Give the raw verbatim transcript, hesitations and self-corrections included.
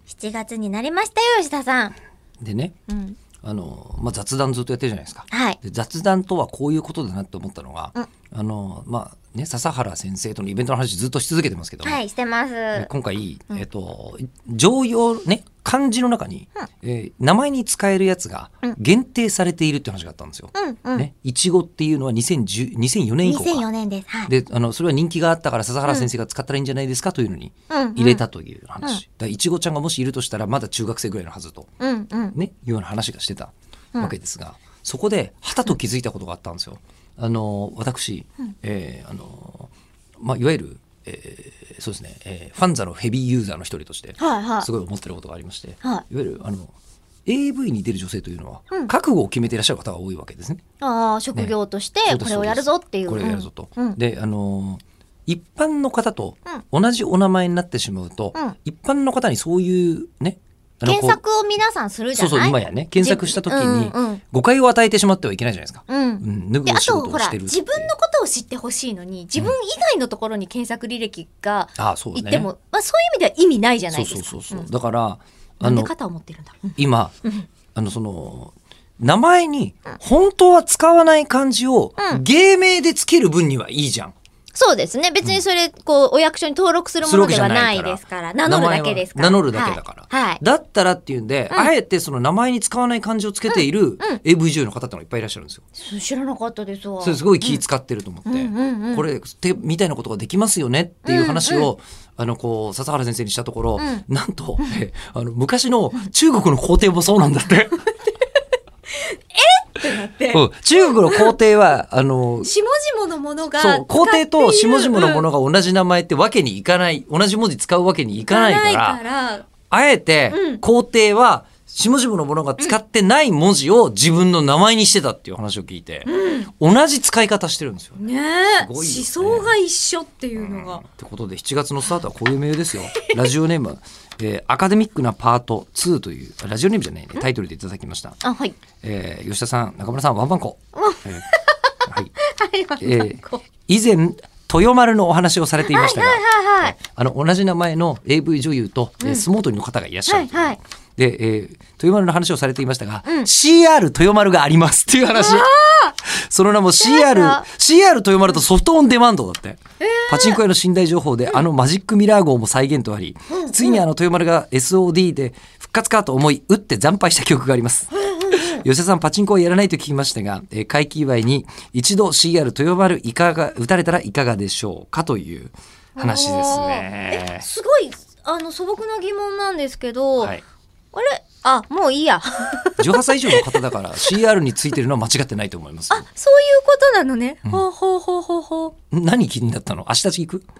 しちがつになりましたよ吉田さん。 でね、うんあのまあ、雑談ずっとやってるじゃないですか、 はい、 で雑談とはこういうことだなって思ったのが、 うんあのまあね、笹原先生とのイベントの話ずっとし続けてますけども、 はいしてます。 今回、えっと、常用ね漢字の中に、うんえー、名前に使えるやつが限定されているって話があったんですよ、 うんうんね、いちごっていうのはにせんじゅうにせんよねん以降かにせんよねんです、はい、 であのそれは人気があったから笹原先生が使ったらいいんじゃないですかというのに入れたという話、うんうん、だいちごちゃんがもしいるとしたらまだ中学生ぐらいのはずと、うんうんね、いうような話がしてたわけですが、うん、そこではたと気づいたことがあったんですよ。あの私、うんえーあのまあ、いわゆる、えーそうですねえー、ファンザのヘビーユーザーの一人としてすごい思ってることがありまして、はいはい、いわゆるあの エーブイ に出る女性というのは、うん、覚悟を決めていらっしゃる方が多いわけですね。 あ職業としてこれをやるぞっていう、 ね、これをやるぞと、うん、であの一般の方と同じお名前になってしまうと、うん、一般の方にそういうね検索を皆さんするじゃない。 そうそう今やね検索した時に誤解を与えてしまってはいけないじゃないですか、うんうん、脱ぐ仕事をしてるって。 であとほら自分のことを知ってほしいのに自分以外のところに検索履歴がいっても、うんああ そうねまあ、そういう意味では意味ないじゃないですか。 そうそうそうそう、うん、だからあのなんで肩を持ってるんだ、うん、 今あのその名前に本当は使わない漢字を芸名でつける分にはいいじゃん。 そうですね。別にそれ、こうお役所に登録するものではないですから、名乗るだけですから。 名乗るだけだから、はいはい、だったらっていうんで、うん、あえてその名前に使わない漢字をつけている、うんうん、エーブイ 女優の方ってのがいっぱいいらっしゃるんですよ。 知らなかったですわ。 それすごい気使ってると思って、うんうんうん、これってみたいなことができますよねっていう話を、うんうん、あのこう笹原先生にしたところ、うん、なんと、えあの昔の中国の皇帝もそうなんだって。 えってなって、 うん、中国の皇帝はあの下々のものがそう皇帝と下々のものが同じ名前ってわけにいかない、同じ文字使うわけにいかないから、からあえて、うん、皇帝は下々のものが使ってない文字を自分の名前にしてたっていう話を聞いて、うん、同じ使い方してるんですよね。 ねえ、すごいよね、思想が一緒っていうのが、うん、 ってことでしちがつのスタートはこういうメールですよ。ラジオネームえー、アカデミックなパートツーというラジオネームじゃないねタイトルでいただきました。 あ、はいえー、吉田さん中村さんワンバンコ、えーはいえー、以前豊丸のお話をされていましたが、はいはいはい、あの同じ名前の エーブイ 女優と、うんえー、相撲取りの方がいらっしゃる、はいはい、で、えー、豊丸の話をされていましたが、うん、シーアール 豊丸がありますっていう話。その名も シーアール シーアール 豊丸とソフトオンデマンドだって、えー、パチンコ屋の寝台情報で、うん、あのマジックミラー号も再現とあり、うん、ついにあの豊丸が エスオーディー で復活かと思い打って惨敗した記憶があります。吉田さんパチンコはやらないと聞きましたが、えー、会期祝いに一度 シーアール 豊丸いかが打たれたらいかがでしょうかという話ですね。 えすごいあの素朴な疑問なんですけど、はい、あれあもういいや。 じゅうはっさい以上の方だから シーアール についてるのは間違ってないと思います。 あそういうことなのね、うん、ほうほうほうほうほう。 何気になったの？明日聞く